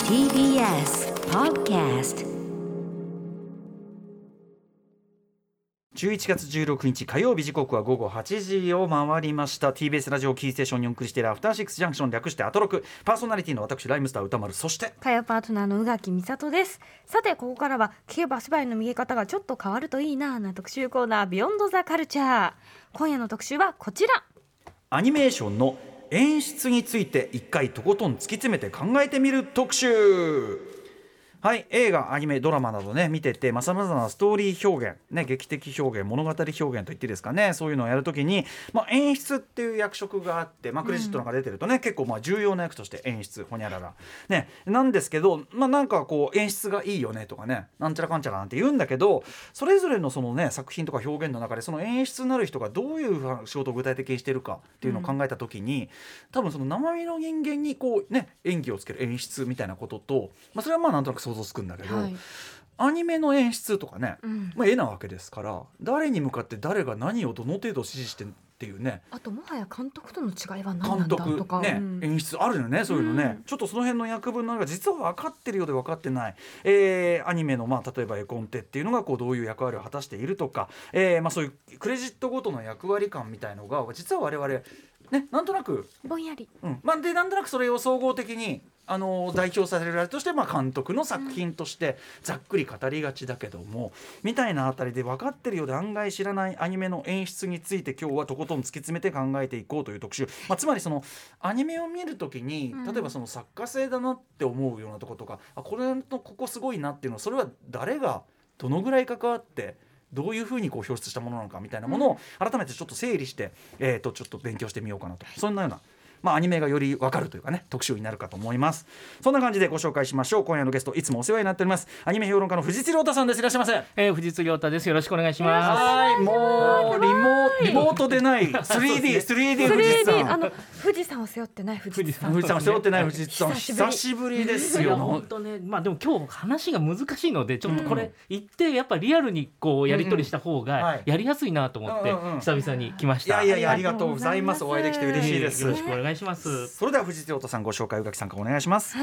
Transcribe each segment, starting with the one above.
TBS Podcast 11月16日火曜日、時刻は午後8時を回りました。 TBS ラジオキーステーションにお送りしているアフターシックスジャンクション、略してアトロク。パーソナリティの私ライムスター歌丸、そして火曜パートナーの宇垣美里です。さて、ここからは聞けば芝居の見え方がちょっと変わるといいな特集コーナー、ビヨンドザカルチャー。今夜の特集はこちら。 アニメーションの演出について一回とことん突き詰めて考えてみる特集。はい、映画、アニメ、ドラマなどね見てて、さまざまなストーリー表現、ね、劇的表現、物語表現と言っていいですかね、そういうのをやるときに、演出っていう役職があって、クレジットなんか出てるとね、結構重要な役として演出、ほにゃらら、ね、なんですけど、なんかこう演出がいいよねとかね、なんちゃらかんちゃらなんて言うんだけど、それぞれのそのね作品とか表現の中で、その演出になる人がどういう仕事を具体的にしているかっていうのを考えたときに、多分その生身の人間にこうね演技をつける演出みたいなことと、それはなんとなく想像つくんだけど、アニメの演出とかね、絵なわけですから、誰に向かって誰が何をどの程度指示してっていうね、 あともはや監督との違いは何なんだとか、 ね、演出あるよね、そういうのね、ちょっとその辺の役分のが実は分かってるようで分かってない、アニメの例えば絵コンテっていうのがこうどういう役割を果たしているとか、そういうクレジットごとの役割感みたいのが実は我々ね、なんとなくぼんやり、 でなんとなくそれを総合的に代表されるあれとして、監督の作品としてざっくり語りがちだけども、みたいなあたりで分かってるようで案外知らないアニメの演出について、今日はとことん突き詰めて考えていこうという特集。つまりそのアニメを見るときに、例えばその作家性だなって思うようなとことか、これのここすごいなっていうのは、それは誰がどのぐらい関わってどういうふうにこう表出したものなのかみたいなものを改めてちょっと整理して、ちょっと勉強してみようかなと、そんなようなアニメがより分かるというかね、特集になるかと思います。そんな感じでご紹介しましょう。今夜のゲスト、いつもお世話になっております、アニメ評論家の藤津亮太さんです。いらっしゃいませ。 藤津亮太です。よろしくお願いします。 はい、もうリモートでない 3D 藤津さん、 富士山を背負ってない藤津さんを背負ってない藤津さん、久しぶりですよ。 本当ね、でも今日話が難しいので、ちょっとこれ言ってやっぱリアルにこうやり取りした方がやりやすいなと思って久々に来ました。 いやありがとうございます。お会いできて嬉しいです。 よろしくお願いします。 それでは藤津亮太さん、ご紹介宇垣さんからお願いします。 はい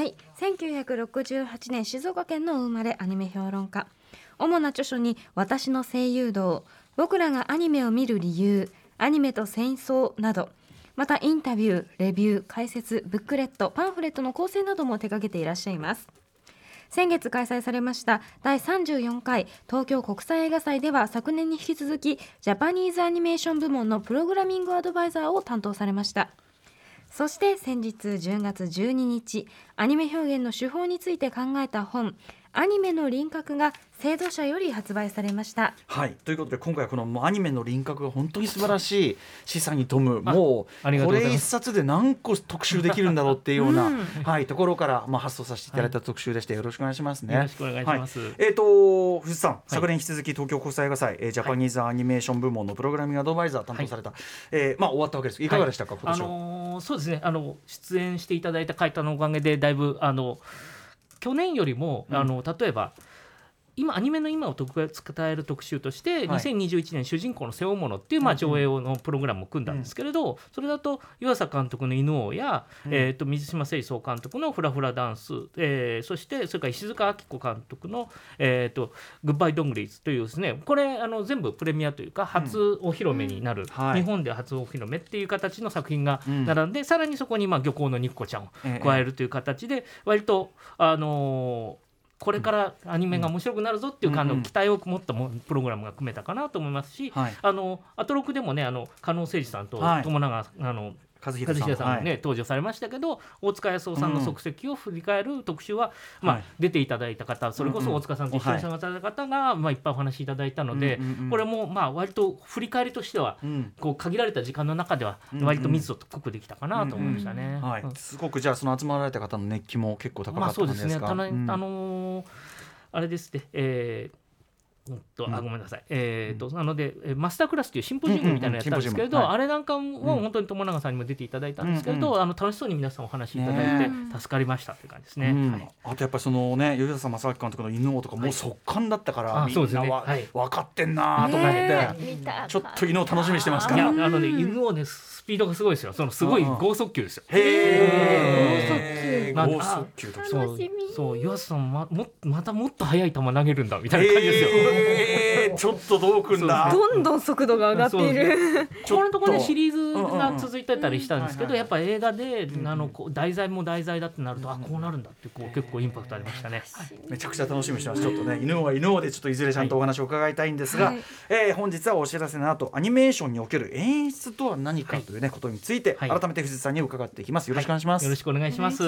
、1968年静岡県の生まれ、アニメ評論家。主な著書に私の声優道、僕らがアニメを見る理由、アニメと戦争など、またインタビュー、レビュー、解説、ブックレット、パンフレットの構成なども手掛けていらっしゃいます。先月開催されました第34回東京国際映画祭では、昨年に引き続きジャパニーズアニメーション部門のプログラミングアドバイザーを担当されました。そして先日10月12日、アニメ表現の手法について考えた本、アニメの輪郭が制度社より発売されました。 はい、ということで今回はこのアニメの輪郭が本当に素晴らしい、示唆に富む、もうこれ一冊で何個特集できるんだろうっていうような、はい、ところから発想させていただいた特集でして、よろしくお願いしますね。 よろしくお願いします。 藤さん、昨年に引き続き東京国際映画祭、ジャパニーズアニメーション部門のプログラミングアドバイザー担当された、終わったわけです。いかがでしたか、今年は。 そうですね、出演していただいた方のおかげでだいぶ去年よりも例えば今アニメの今を伝える特集として、2021年主人公の背負うものっていう上映のプログラムを組んだんですけれど、それだと湯浅監督の犬王や、水島清総監督のフラフラダンス、そしてそれから石塚明子監督の、グッバイドングリーズというですね、これ全部プレミアというか初お披露目になる、日本で初お披露目っていう形の作品が並んで、さらにそこに漁港の肉子ちゃんを加えるという形で、割とこれからアニメが面白くなるぞっていう期待を持ったプログラムが組めたかなと思いますし、アトロクでもね、加納誠司さんと友永和秀さんもね、登場されましたけど、大塚康夫さんの足跡を振り返る特集は、出ていただいた方、それこそ大塚さんと一緒に参加された方が、いっぱいお話しいただいたので、これも割と振り返りとしては、こう限られた時間の中では割と密度濃くできたかなと思いましたね。 すごくじゃあその集まられた方の熱気も結構高かったんですか。 そうですね、あれですね、 ごめんなさい、なのでマスタークラスというシンポジウムみたいなのやったんですけれど、あれなんかも本当に友永さんにも出ていただいたんですけれど、楽しそうに皆さんお話しいただいて助かりましたって感じですね。 あとやっぱりそのね、吉田正明監督の犬王とかもう速乾だったから、みんなは分かってんなと思って、ちょっと犬王楽しみにしてますから。 犬王ね、スピードがすごいですよ。すごい剛速球ですよ。 剛速球とそう湯浅さん またもっと速い球投げるんだみたいな感じですよ。 ちょっとどうくんだ。 どんどん速度が上がっている。 ここのところでシリーズが続いてたりしたんですけど、やっぱ映画で題材も題材だってなると、こうなるんだって結構インパクトありましたね。 めちゃくちゃ楽しみにしてます。ちょっとね、犬王は犬王でちょっといずれちゃんとお話を伺いたいんですが、本日はお知らせの後、アニメーションにおける演出とは何かというね、ことについて改めて藤津さんに伺っていきます。よろしくお願いします。 よろしくお願いします。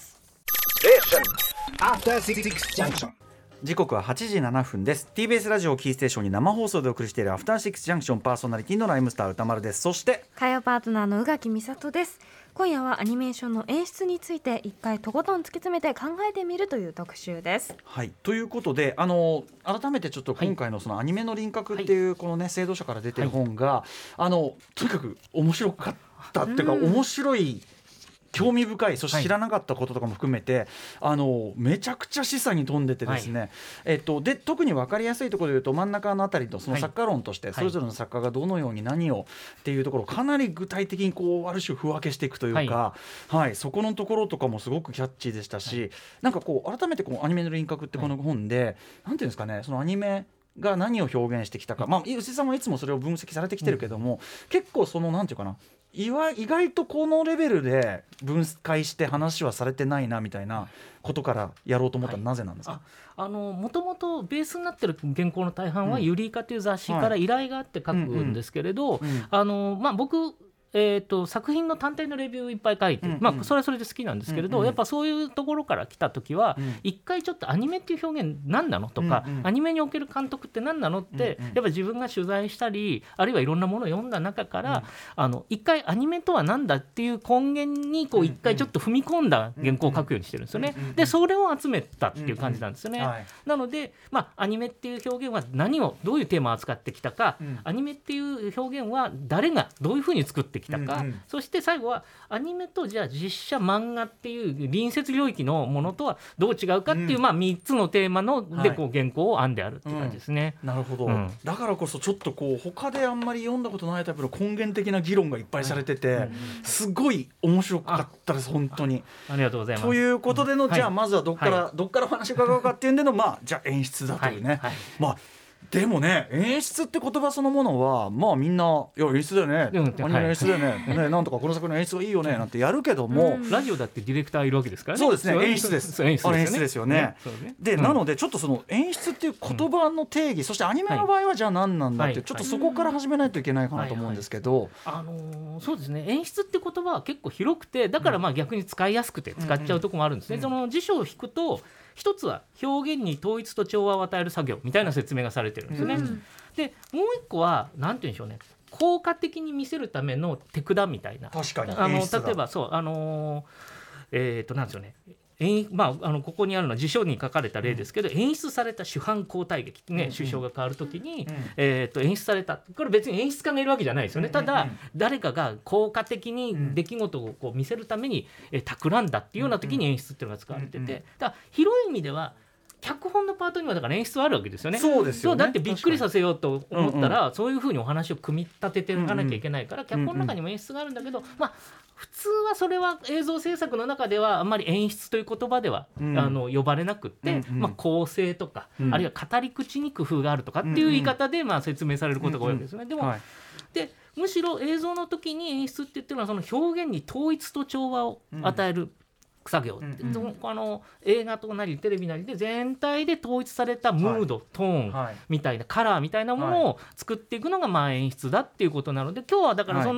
時刻は8時7分です。 TBS ラジオキーステーションに生放送でお送りしているアフターシックスジャンクション、パーソナリティのライムスター歌丸です。そして火曜パートナーの宇垣美里です。今夜はアニメーションの演出について一回とことん突き詰めて考えてみるという特集です。 はい、ということで改めてちょっと今回のそのアニメの輪郭っていうこのね、制度者から出てる本が、とにかく面白かったっていうか、面白い、興味深い、そして知らなかったこととかも含めて、めちゃくちゃ示唆に富んでてですね、で特に分かりやすいところで言うと真ん中のあたりのその作家論としてそれぞれの作家がどのように何をっていうところをかなり具体的にこうある種区分けしていくというか、そこのところとかもすごくキャッチーでしたし、なんかこう改めてこうアニメの輪郭ってこの本で、なんていうんですかね、そのアニメが何を表現してきたか、吉井さんはいつもそれを分析されてきてるけども、結構そのなんていうかな、意外とこのレベルで分解して話はされてないなみたいなことからやろうと思ったらなぜなんですか。 もともとベースになってる原稿の大半はユリイカという雑誌から依頼があって書くんですけれど、僕作品の単体のレビューいっぱい書いて、それはそれで好きなんですけれど、やっぱそういうところから来た時は、一回ちょっとアニメっていう表現何なのとか、アニメにおける監督って何なのって、やっぱ自分が取材したりあるいはいろんなものを読んだ中から、一回アニメとは何だっていう根源にこう一回ちょっと踏み込んだ原稿を書くようにしてるんですよね。でそれを集めたっていう感じなんですよね。なので、アニメっていう表現は何をどういうテーマを扱ってきたか、アニメっていう表現は誰がどういうふうに作ってきたか、そして最後はアニメとじゃあ実写漫画っていう隣接領域のものとはどう違うかっていう、3つのテーマのでこう原稿を編んであるっていう感じですね。 なるほど、だからこそちょっとこう他であんまり読んだことないタイプの根源的な議論がいっぱいされてて、すごい面白かったです本当に。 ありがとうございます。 ということでの、じゃあまずはどっからお話伺おうかっていうんでの、じゃあ演出だというね、でもね、演出って言葉そのものはみんないや演出だよね、アニメの演出だよね、なんとかこの作品の演出がいいよねなんてやるけども、 ラジオだってディレクターいるわけですからね。 そうですね、演出です。演出ですよね。でなのでちょっとその演出っていう言葉の定義、そしてアニメの場合はじゃあ何なんだって、ちょっとそこから始めないといけないかなと思うんですけど、 そうですね、演出って言葉は結構広くて、だから逆に使いやすくて使っちゃうところもあるんですね。その辞書を引くと一つは表現に統一と調和を与える作業みたいな説明がされてるんですよね。でもう一個はなんて言うんでしょうね、効果的に見せるための手札みたいな。 確かに例えばそうなんですよね、ここにあるのは辞書に書かれた例ですけど、演出された主犯交代劇ってね、首相が変わるときに、演出された、これ別に演出家がいるわけじゃないですよね。ただ誰かが効果的に出来事をこう見せるために企んだっていうような時に演出っていうのが使われてて、だから広い意味では脚本のパートにはだから演出はあるわけですよね。 そうですよね。 だってびっくりさせようと思ったら、そういうふうにお話を組み立てていかなきゃいけないから、脚本の中にも演出があるんだけど、普通はそれは映像制作の中ではあんまり演出という言葉では、呼ばれなくって、構成とか、あるいは語り口に工夫があるとかっていう言い方で説明されることが多いわけですよね。でむしろ映像の時に演出って言ってるのはその表現に統一と調和を与える作業、映画となりテレビなりで全体で統一されたムード、トーンみたいな、カラーみたいなものを作っていくのが演出だっていうことなので、今日はだからその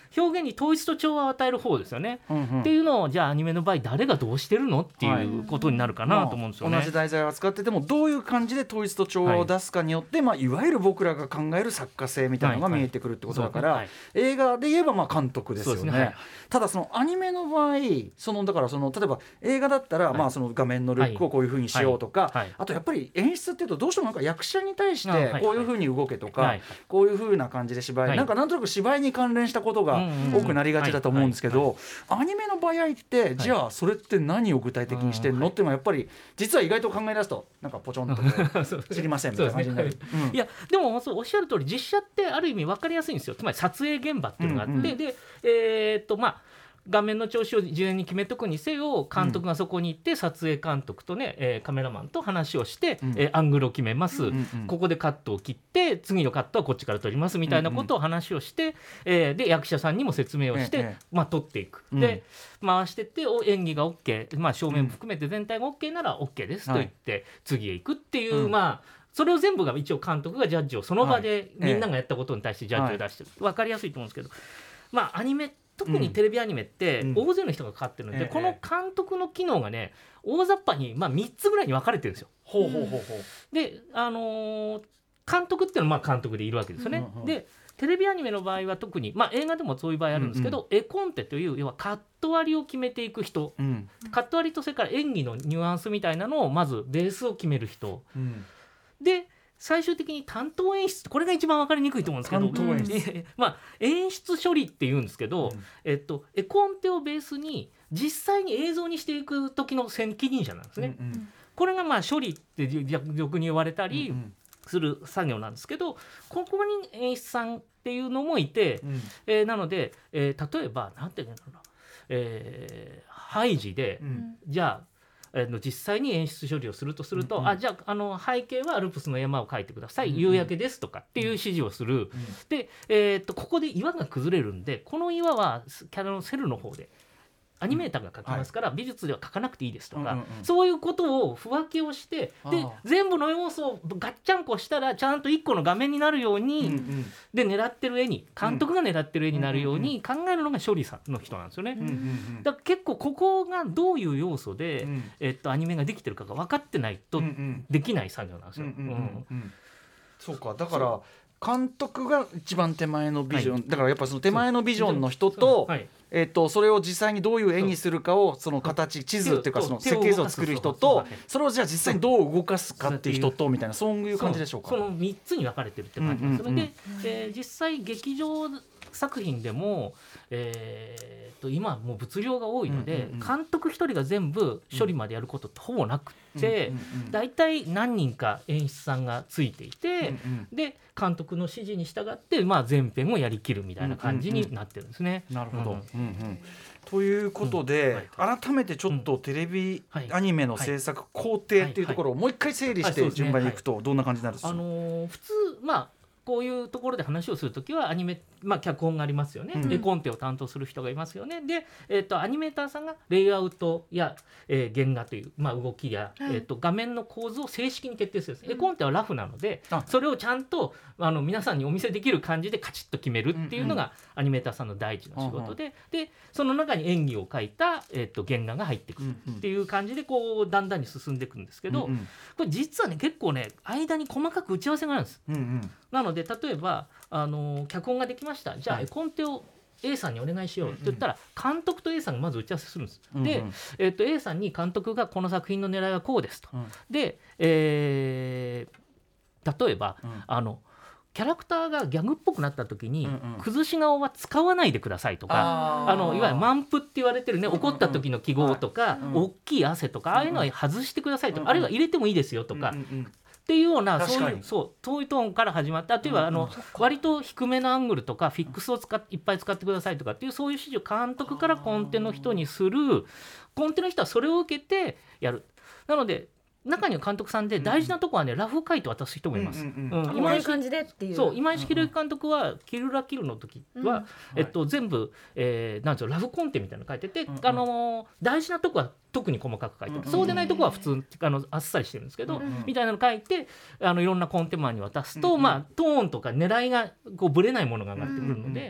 表現に統一と調和を与える方ですよね、っていうのをじゃあアニメの場合誰がどうしてるのっていうことになるかなと思うんですよね、 同じ題材を扱っててもどういう感じで統一と調和を出すかによって、いわゆる僕らが考える作家性みたいなのが見えてくるってことだから、映画で言えば監督ですよね。ただそのアニメの場合だから例えば映画だったら、その画面のルックをこういう風にしようとか、あとやっぱり演出っていうとどうしてもなんか役者に対してこういう風に動けとか、こういう風な感じで芝居、なんとなく芝居に関連したことが多くなりがちだと思うんですけど、アニメの場合ってじゃあそれって何を具体的にしてんのっていうのはやっぱり実は意外と考え出すとなんかポチョンと知りませんみたいな感じになる。 いやでもおっしゃる通り実写ってある意味分かりやすいんですよ。つまり撮影現場っていうのがあって、で画面の調子を事前に決めとくにせよ監督がそこに行って撮影監督とね、カメラマンと話をして、アングルを決めます、ここでカットを切って次のカットはこっちから撮りますみたいなことを話をして、で役者さんにも説明をして、撮っていく、で回してって演技が OK、正面含めて全体が OK なら OK ですと言って、次へ行くっていう、それを全部が一応監督がジャッジをその場でみんながやったことに対してジャッジを出してる、分かりやすいと思うんですけど、アニメ特にテレビアニメって大勢の人がかかってるので、この監督の機能がね大雑把に3つぐらいに分かれてるんですよ。で、監督っていうのは監督でいるわけですよね。でテレビアニメの場合は特に、映画でもそういう場合あるんですけど、絵コンテという要はカット割りを決めていく人、カット割りとそれから演技のニュアンスみたいなのをまずベースを決める人、で最終的に担当演出、これが一番分かりにくいと思うんですけど、演出処理っていうんですけど、絵コンテをベースに実際に映像にしていく時の責任者なんですね。これが処理って俗に言われたりする作業なんですけど、ここに演出さんっていうのもいて、なので、例えばなんていうのかな、ハイジで、じゃあ実際に演出処理をすると、じゃあ背景はアルプスの山を描いてください、夕焼けですとかっていう指示をする、で、ここで岩が崩れるんでこの岩はキャラのセルの方でアニメーターが描きますから、美術では描かなくていいですとか、そういうことを区分けをして、で全部の要素をガッチャンコしたらちゃんと1個の画面になるように、で狙ってる絵に監督が狙ってる絵になるように考えるのが処理さんの人なんですよね。だから結構ここがどういう要素で、アニメができてるかが分かってないとできない作業なんですよ。 そうか、だから監督が一番手前のビジョン、だからやっぱその手前のビジョンの人と、それを実際にどういう絵にするかをその形、地図っていうかその設計図を作る人と、それをじゃあ実際にどう動かすかっていう人とみたいな、そういう感じでしょうか。 その3つに分かれてるって感じなんですよね。で、実際劇場作品でも、今もう物量が多いので、監督一人が全部処理までやることってほぼなくて、だいたい何人か演出さんがついていて、で監督の指示に従って、全編をやりきるみたいな感じになってるんですね。 なるほど。ということで、改めてちょっとテレビアニメの制作工程っていうところをもう一回整理して順番にいくとどんな感じになるんですか。 普通こういうところで話をするときはアニメ、脚本がありますよね、絵コンテを担当する人がいますよね。で、アニメーターさんがレイアウトや、原画という、動きや、画面の構図を正式に決定するんです。絵コンテはラフなので、それをちゃんと皆さんにお見せできる感じでカチッと決めるっていうのがアニメーターさんの第一の仕事で、でその中に演技を描いた、原画が入ってくるっていう感じでこうだんだんに進んでいくんですけど、これ実はね結構ね間に細かく打ち合わせがあるんです。なので例えば脚本ができました、じゃあ絵コンテを A さんにお願いしようって言ったら、監督と A さんがまず打ち合わせするんです。で、A さんに監督がこの作品の狙いはこうですと。で、例えば、キャラクターがギャグっぽくなった時に、崩し顔は使わないでくださいとか、いわゆる満腹って言われてるね、怒った時の記号とか、大きい汗とか、ああいうのは外してくださいとか、あるいは入れてもいいですよとか、っていうようなそういうトーンから始まった、例えば割と低めのアングルとかフィックスをいっぱい使ってくださいとかっていう、そういう指示を監督からコンテの人にする。コンテの人はそれを受けてやる。なので中には監督さんで大事なとこはね、ラフ書いて渡す人もいます。 今い感じでっていう。 そう、今石弘之監督はキルラキルの時は、全部、なんていうのラフコンテみたいなの書いてて、大事なとこは特に細かく書いてて、そうでないとこは普通あっさりしてるんですけど、みたいなの書いていろんなコンテマンに渡すと、トーンとか狙いがこうぶれないものが上がってくるので、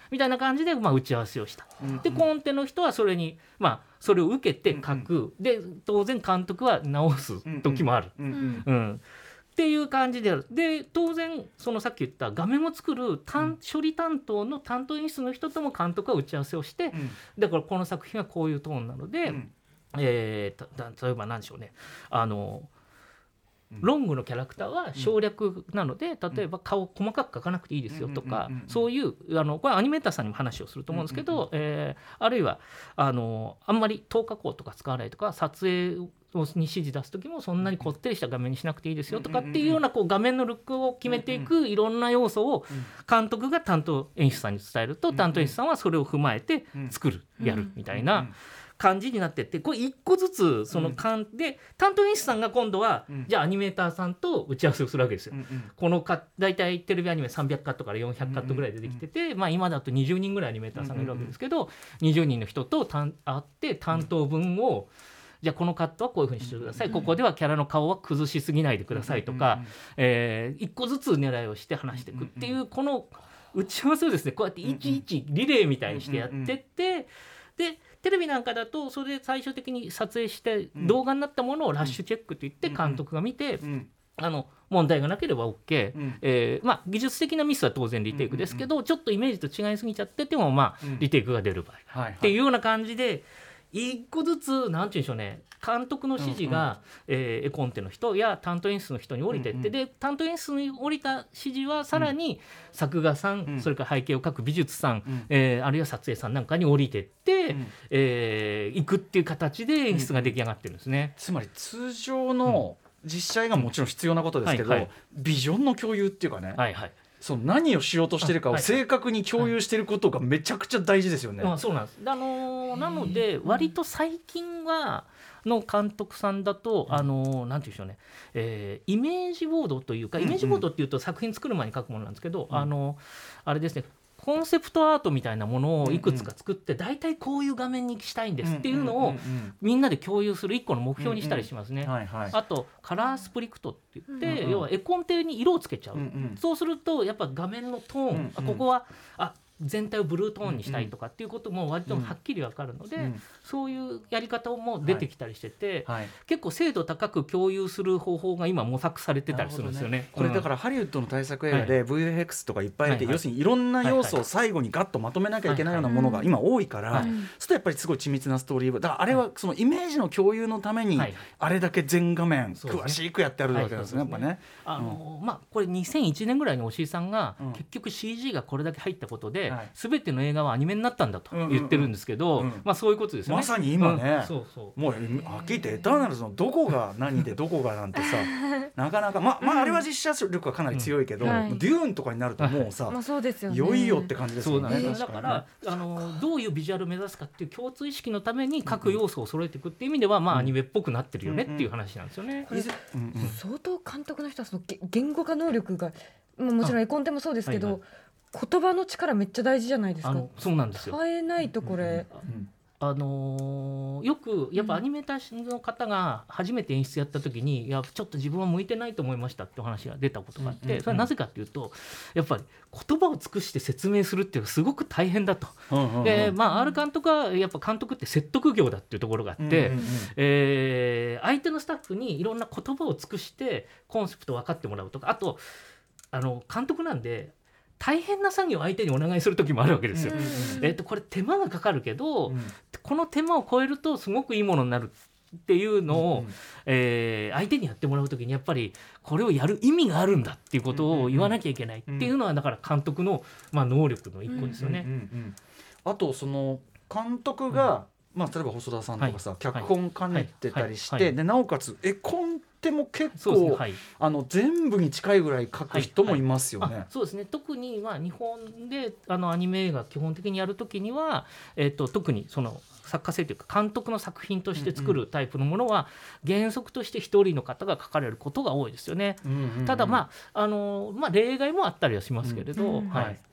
みたいな感じで打ち合わせをした。でコンテの人はそれにそれを受けて書く、で当然監督は直す時もある、っていう感じである。で当然そのさっき言った画面を作る処理担当の担当演出の人とも監督は打ち合わせをして、だからこの作品はこういうトーンなので、例えば何でしょうね、ロングのキャラクターは省略なので、例えば顔を細かく描かなくていいですよとか、そういうこれアニメーターさんにも話をすると思うんですけど、あるいはあんまり透過光とか使わないとか、撮影に指示出す時もそんなにこってりした画面にしなくていいですよとかっていうような画面のルックを決めていくいろんな要素を監督が担当演出さんに伝えると、担当演出さんはそれを踏まえて作る、やるみたいな感じになってって、これ一個ずつそので担当演出さんが今度はじゃあアニメーターさんと打ち合わせをするわけですよ。この大体テレビアニメ300カットから400カットぐらいでできてて、今だと20人ぐらいアニメーターさんがいるわけですけど、20人の人と会って担当分をじゃあこのカットはこういうふうにしてください、ここではキャラの顔は崩しすぎないでくださいとか、一個ずつ狙いをして話していくっていうこの打ち合わせをですね、こうやっていちいちリレーみたいにしてやってって、でテレビなんかだとそれで最終的に撮影して動画になったものをラッシュチェックといって監督が見て、問題がなければ OK、技術的なミスは当然リテイクですけど、ちょっとイメージと違いすぎちゃっててもリテイクが出る場合、っていうような感じで一個ずつなんていうんでしょうね、監督の指示が、絵コンテの人や担当演出の人に降りてって、で担当演出に降りた指示はさらに作画さん、それから背景を描く美術さん、あるいは撮影さんなんかに降りてって、いくっていう形で演出が出来上がってるんですね。 つまり通常の実写映画ももちろん必要なことですけど、ビジョンの共有っていうかね、その何をしようとしてるかを正確に共有してることがめちゃくちゃ大事ですよね。 そうなんです。なので割と最近はの監督さんだとなんていうんでしょうね、イメージボードというか、イメージボードっていうと作品作る前に書くものなんですけど、あれですね、コンセプトアートみたいなものをいくつか作って、大体こういう画面にしたいんですっていうのをみんなで共有する一個の目標にしたりしますね。あとカラースプリクトって言って、要は絵コンテに色をつけちゃう、そうするとやっぱ画面のトーン、ここは全体をブルートーンにしたいとかっていうことも割とはっきり分かるので、そういうやり方も出てきたりしてて、結構精度高く共有する方法が今模索されてたりするんですよね。 これだからハリウッドの大作映画で VFX とかいっぱい入れて、要するにいろんな要素を最後にガッとまとめなきゃいけないようなものが今多いから、そうするとやっぱりすごい緻密なストーリーだからあれはそのイメージの共有のためにあれだけ全画面詳しくやってあるわけですね、やっぱね。 これ2001年ぐらいに押井さんが結局 CG がこれだけ入ったことで全ての映画はアニメになったんだと言ってるんですけど、そういうことですよね。 まさに今ね、もうはっきり言ってエターナルズのどこが何でどこがなんてさなかなかあれは実写力がかなり強いけど、デューンとかになるともうさ、いよいよって感じですよね。 だからどういうビジュアルを目指すかっていう共通意識のために各要素を揃えていくっていう意味ではアニメっぽくなってるよねっていう話なんですよね。 相当監督の人はその言語化能力がもちろん絵コンテもそうですけど、言葉の力めっちゃ大事じゃないですか。 そうなんですよ。 伝えないとこれ、 よくやっぱアニメーターの方が初めて演出やった時に、いやちょっと自分は向いてないと思いましたってお話が出たことがあって、それはなぜかっていうとやっぱり言葉を尽くして説明するっていうのがすごく大変だと。でR監督はやっぱ監督って説得業だっていうところがあって、相手のスタッフにいろんな言葉を尽くしてコンセプトを分かってもらうとか、あと監督なんで大変な作業を相手にお願いする時もあるわけですよ。これ手間がかかるけど、この手間を超えるとすごくいいものになるっていうのを、相手にやってもらう時にやっぱりこれをやる意味があるんだっていうことを言わなきゃいけないっていうのはだから監督の能力の一個ですよね。 あとその監督が、例えば細田さんとかさ、脚本兼ねてたりして、でなおかつ絵コンテも結構、全部に近いぐらい書く人もいますよね。 そうですね。特に日本でアニメ映画基本的にやるときには、特にその作家性というか監督の作品として作るタイプのものは原則として一人の方が書かれることが多いですよね。ただ例外もあったりはしますけれど、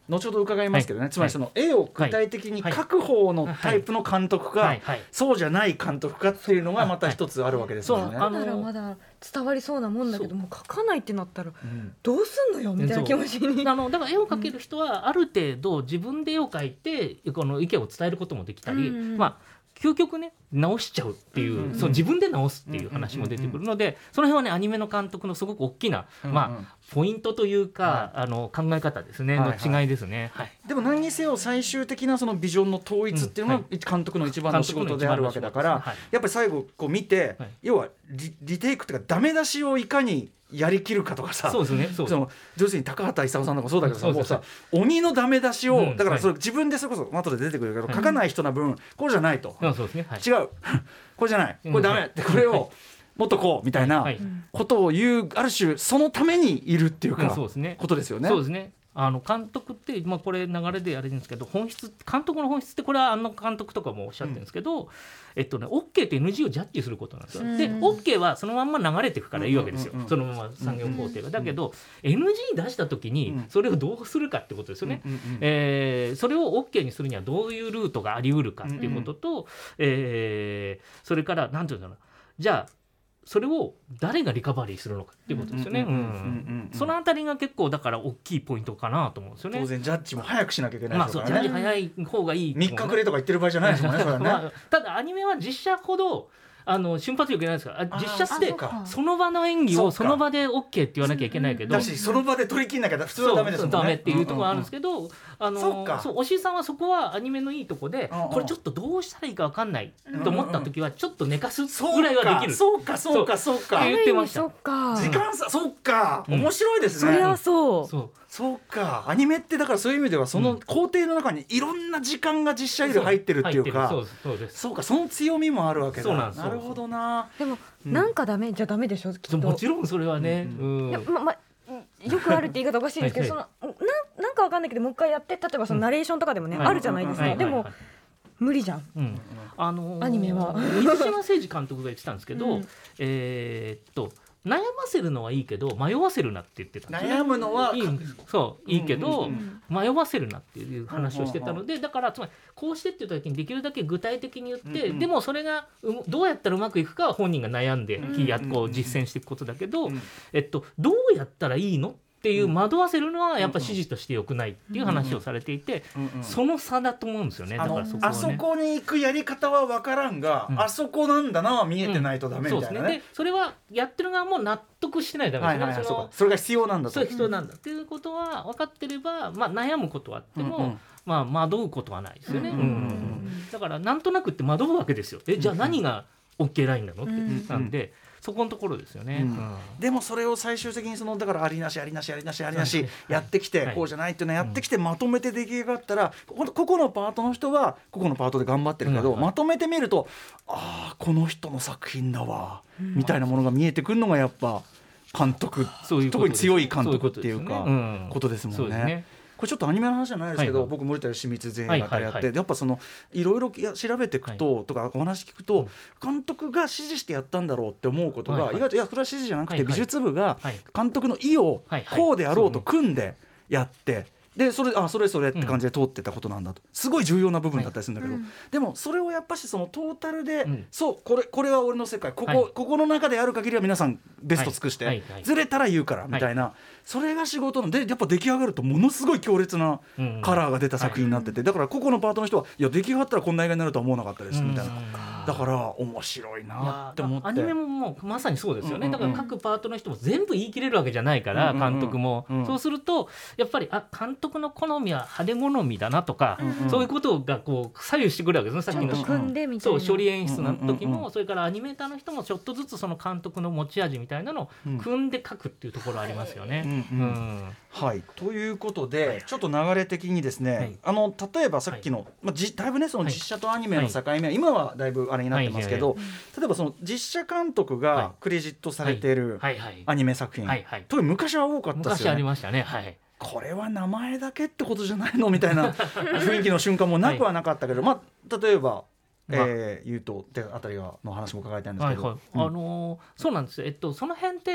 後ほど伺いますけどね、つまりその絵を具体的に描く方のタイプの監督か、そうじゃない監督かっていうのがまた一つあるわけですよね。 まだまだ伝わりそうなもんだけど、もう描かないってなったらどうすんのよみたいな気持ちに。 だから絵を描ける人はある程度自分で絵を描いてこの意見を伝えることもできたり、究極ね直しちゃうっていう、その自分で直すっていう話も出てくるので、その辺はねアニメの監督のすごく大きな、ポイントというか、考え方ですね、の違いですね。 でも何にせよ最終的なそのビジョンの統一っていうのが監督の一番の仕事であるわけだから、やっぱり最後こう見て、要はリテイクっていうかダメ出しをいかにやりきるかとかさ、 そうですね、 その要するに高畑勲さんとかそうだけどさ、もうさ鬼のダメ出しを、だからそれ自分でそれこそ後で出てくるけど、書かない人な分これじゃないと、違うこれじゃないこれダメってこれをもっとこうみたいなことを言う、ある種そのためにいるっていうかことですよね。 そうですね。監督って、これ流れであれですけど、監督の本質ってこれは監督とかもおっしゃってるんですけど、OK って NG をジャッジすることなんですよ。で OK はそのまんま流れていくからいいわけですよ、そのまま産業工程が。だけど NG 出した時にそれをどうするかってことですよね。それを OK にするにはどういうルートがあり得るかっていうことと、それから何て言うんだろうな、じゃあそれを誰がリカバリーするのかっていうことですよね。そのあたりが結構だから大きいポイントかなと思うんですよね。 当然ジャッジも早くしなきゃいけないですからね。 ジャッジ早い方がいい。 3日くれとか言ってる場合じゃないですもんね。それはね。 ただアニメは実写ほど瞬発力ないですから、実写ってその場の演技をその場で OK って言わなきゃいけないけど、 だしその場で取り切んなきゃ普通はダメですもんね。 ダメっていうところがあるんですけど、そう押井さんはそこはアニメのいいとこで、これちょっとどうしたらいいか分かんないと思った時はちょっっと寝かすぐらいはできる。 そうか言ってました。 そっか時間差、そっか、面白いですね。 そりゃそうか、アニメってだからそういう意味ではその工程の中にいろんな時間が実写より入ってるっていうか、そうか、その強みもあるわけだ。なるほどな。 でもなんかダメじゃダメでしょ、きっと。 もちろんそれはね、 よくあるって言い方おかしいですけど、なんかわかんないけどもう一回やって、例えばそのナレーションとかでもねあるじゃないですか。でも無理じゃん、アニメは。 水島誠二監督が言ってたんですけど、悩ませるのはいいけど迷わせるなって言ってたんですよね。 悩むのはいいけど、迷わせるなっていう話をしてたので、だからつまりこうしてって言った時にできるだけ具体的に言って、でもそれがどうやったらうまくいくかは本人が悩んでこう実践していくことだけど、どうやったらいいのっていう惑わせるのはやっぱ指示として良くないっていう話をされていて、その差だと思うんですよね。だからあそこに行くやり方は分からんが、あそこなんだなは見えてないとダメみたいなね。 それはやってる側も納得してないとダメですね。 それが必要なんだと。 そう必要なんだっていうことは分かってれば、悩むことはあっても、惑うことはないですよね。だからなんとなくって惑うわけですよ。じゃあ何が OK ラインなのってなんで、そこのところですよね。 でもそれを最終的にだからありなしやってきて、こうじゃないっていうのをやってきてまとめて出来上がったら、個々のパートの人は個々のパートで頑張ってるけど、まとめてみるとこの人の作品だわみたいなものが見えてくるのがやっぱ監督、特に強い監督っていうかことですもんね。これちょっとアニメの話じゃないですけど、僕森田芳光全員がやって、やっぱいろいろ調べていくと、とかお話聞くと、監督が指示してやったんだろうって思うことが意外と、いやそれは指示じゃなくて美術部が監督の意をこうであろうと組んでやって、でそれって感じで通ってたことなんだと、すごい重要な部分だったりするんだけど、でもそれをやっぱしそのトータルで、これは俺の世界、ここの中である限りは皆さんベスト尽くして、ずれたら言うからみたいな、それが仕事ので、やっぱ出来上がるとものすごい強烈なカラーが出た作品になってて、だから個々のパートの人はいや出来上がったらこんな映画になるとは思わなかったですみたいな。だから面白いなって思って。 アニメももうまさにそうですよね。だから各パートの人も全部言い切れるわけじゃないから、監督もそうするとやっぱり監督の好みは派手好みだなとか、そういうことがこう左右してくるわけですね。さっきの処理演出の時も、それからアニメーターの人もちょっとずつその監督の持ち味みたいなのを組んで書くっていうところありますよね。 はい、ということで、ちょっと流れ的にですね、例えばさっきの、だいぶねその実写とアニメの境目は今はだいぶあれになってますけど、例えばその実写監督がクレジットされているアニメ作品、特に昔は多かったですよね。 昔ありましたね。 これは名前だけってことじゃないのみたいな雰囲気の瞬間もなくはなかったけど、例えば優斗ってあたりの話も伺いたいんですけど、 そうなんですよ。その辺って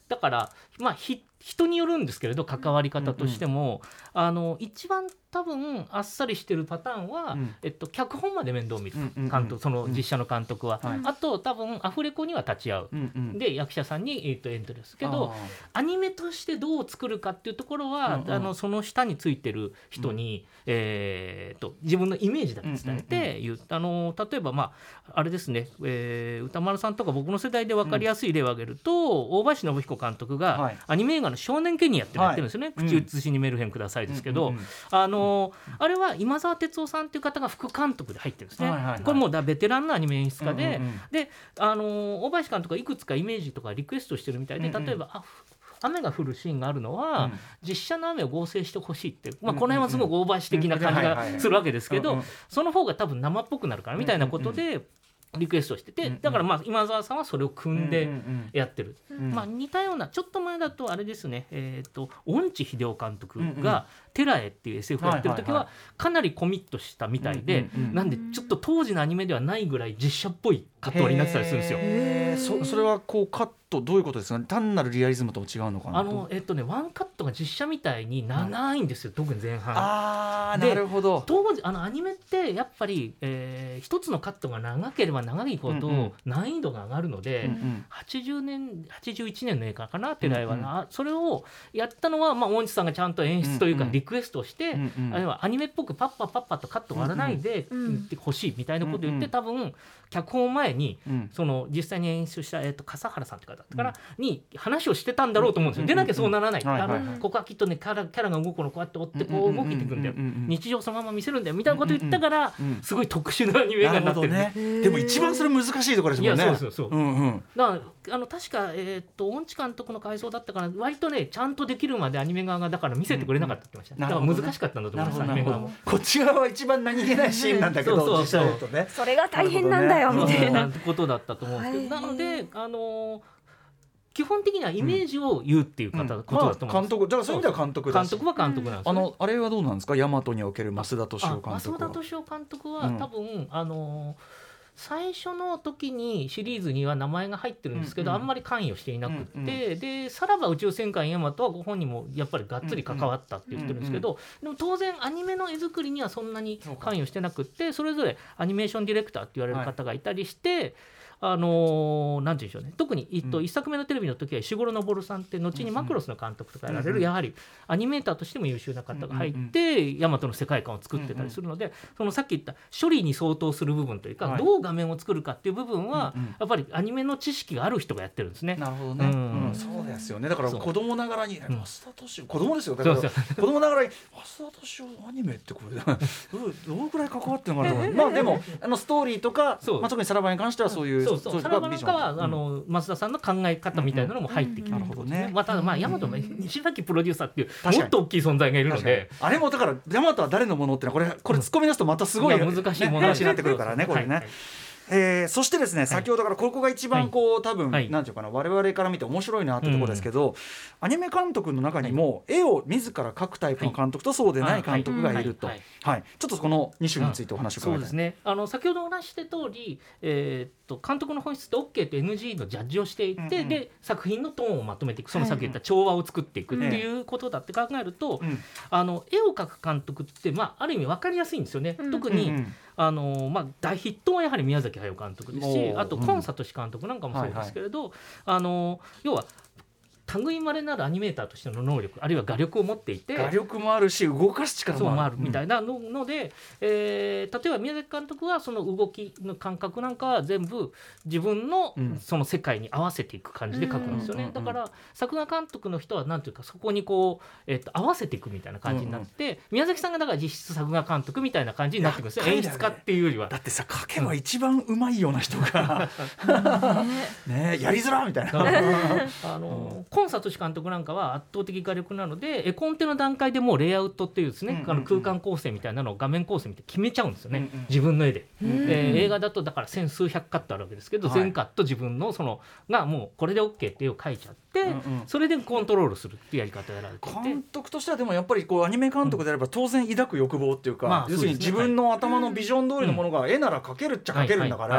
だからまあ人によるんですけれど関わり方としても、一番多分あっさりしてるパターンは、脚本まで面倒見る監督、その実写の監督は、あと多分アフレコには立ち会う、で役者さんに、エントリーですけど、アニメとしてどう作るかっていうところは、その下についてる人に、自分のイメージだけ伝えて言う、例えばまああれですね、歌丸さんとか僕の世代で分かりやすい例を挙げると、大林信彦監督がアニメ映画の少年ケニアってやってるんですよね、口移しにメルヘンくださいですけど、あれは今澤哲夫さんっていう方が副監督で入ってるんですね、これもベテランのアニメ演出家で、大林監督がいくつかイメージとかリクエストしてるみたいで、例えば雨が降るシーンがあるのは、実写の雨を合成してほしいって、この辺はすごく大林的な感じがするわけですけど、その方が多分生っぽくなるからみたいなことでリクエストしてて、だからまあ今澤さんはそれを組んでやってる、似たようなちょっと前だとあれですね、恩地秀夫監督がテラエっていう SF をやってる時はかなりコミットしたみたいで、なんでちょっと当時のアニメではないぐらい実写っぽいカット割りになってたりするんですよ。 それはこうカットどういうことですかね、単なるリアリズムとも違うのかな。ワンカットが実写みたいに長いんですよ、特に前半。 なるほど。 当時アニメってやっぱり、一つのカットが長ければ長いほど難易度が上がるので、81年の映画かな、テラエはな、それをやったのは、大西さんがちゃんと演出というかリクエストして、アニメっぽくパッパパッパとカット割らないで言ってほしいみたいなことを言って、多分脚本前に、その実際に演出した、笠原さんって方だったから、に話をしてたんだろうと思うんですよ。でなきゃそうならない、ここはきっとねキャラが動くのこうやって追ってこう動いていくんだよ、日常そのまま見せるんだよみたいなこと言ったから、すごい特殊なアニメ映画になってる。 なるほどね。でも一番それ難しいところですもんね。 いやそう、だから確か恩地監督の回想だったから割とねちゃんとできるまでアニメ側がだから見せてくれなかったって言ってました、だから難しかったんだと思います、アニメ側も。 こっち側は一番何気ないシーンなんだけど、実際だとねそれが大変なんだよみたいなことだったと思うんですけど、なので基本的にはイメージを言うっていうことだと思います。 監督、だからそういう意味では監督だし、 監督は監督なんですね。 あれはどうなんですか、大和における増田敏夫監督は。 増田敏夫監督は多分、最初の時にシリーズには名前が入ってるんですけど、あんまり関与していなくって、でさらば宇宙戦艦ヤマトはご本人もやっぱりがっつり関わったって言ってるんですけど、でも当然アニメの絵作りにはそんなに関与してなくって、それぞれアニメーションディレクターって言われる方がいたりして、なんていうんでしょうね、特に、1作目のテレビの時は石黒昇さんって後にマクロスの監督とかやられる、やはりアニメーターとしても優秀な方が入ってヤマトの世界観を作ってたりするので、そのさっき言った処理に相当する部分というか、どう画面を作るかっていう部分は、やっぱりアニメの知識がある人がやってるんですね。 なるほどね、そうですよね。だから子供ながらに増田敏夫、子供ですよ、だから子供ながらに増田敏夫アニメってこれどうくらい関わってるのかなと思ってでもストーリーとか、特にさらばに関してはそういうさらばなんかは増田さんの考え方みたいなのも入ってきてることですね。ただ大和の西崎プロデューサーっていうもっと大きい存在がいるので、 あれもだから大和は誰のものってのはこれ突っ込み出すとまたすごい難しいもの話になってくるからね、これね。そしてですね、先ほどからここが一番多分なんていうかな、我々から見て面白いなってところですけど、アニメ監督の中にも絵を自ら描くタイプの監督とそうでない監督がいると、ちょっとこの2種についてお話を伺いたい。 そうですね、先ほどお話した通り、監督の本質って OK と NG のジャッジをしていって、で作品のトーンをまとめていく、そのさっき言った調和を作っていくっていうことだって考えると、絵を描く監督って、ある意味分かりやすいんですよね。特に大ヒットはやはり宮崎駿監督ですし、あと今聡監督なんかもそうですけれど、要は類まれなるアニメーターとしての能力、あるいは画力を持っていて、 画力もあるし動かす力もあるみたいなので、例えば宮崎監督はその動きの感覚なんかは全部自分のその世界に合わせていく感じで描くんですよね。だから作画監督の人はなんていうか、そこに合わせていくみたいな感じになって、宮崎さんがだから実質作画監督みたいな感じになってくるんですよ、演出家っていうよりは。 だってさ、描けば一番うまいような人がね、やりづらみたいな今聡監督なんかは圧倒的画力なので、絵コンテの段階でもうレイアウトっていうですね、空間構成みたいなのを画面構成みたいに決めちゃうんですよね、自分の絵で。映画だとだから千数百カットあるわけですけど、全カット自分のそのがもうこれで OK って絵を描いちゃって、それでコントロールするっていうやり方をやられていて、 監督としてはでもやっぱりアニメ監督であれば当然抱く欲望っていうか、要するに自分の頭のビジョン通りのものが絵なら描けるっちゃ描けるんだから、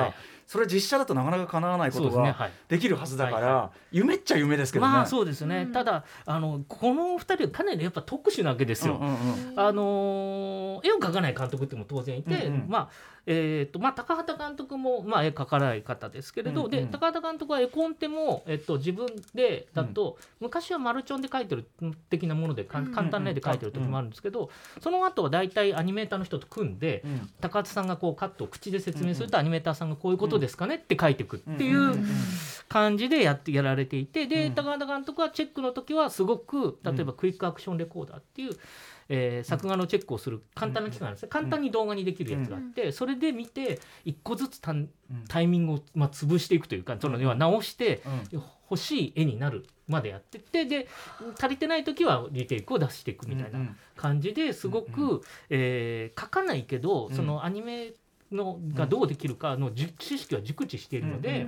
それ実写だとなかなか叶わないことがそうですねはいできるはずだから、 はいは夢っちゃ夢ですけどね。 まあそうですね、 うんただこの2人はかなりやっぱ特殊なわけですよ、 うんうんうん絵を描かない監督っていうのも当然いて、 うんうん高畑監督も、絵描かない方ですけれど、 うんうんで高畑監督は絵コンテも、自分でだと、昔はマルチョンで描いてる的なもので簡単な絵で描いてる時もあるんですけど、その後は大体アニメーターの人と組んで、 うん高畑さんがこうカットを口で説明すると、アニメーターさんがこういうことですかねって書いていくっていう感じでやられていて、で高畑監督はチェックの時はすごく例えばクイックアクションレコーダーっていう、作画のチェックをする簡単な機械なんですね。簡単に動画にできるやつがあって、それで見て一個ずつタイミングを潰していくというか、その要は直して欲しい絵になるまでやってって、で足りてない時はリテイクを出していくみたいな感じですごく、描かないけどそのアニメのがどうできるかの知識は熟知しているので、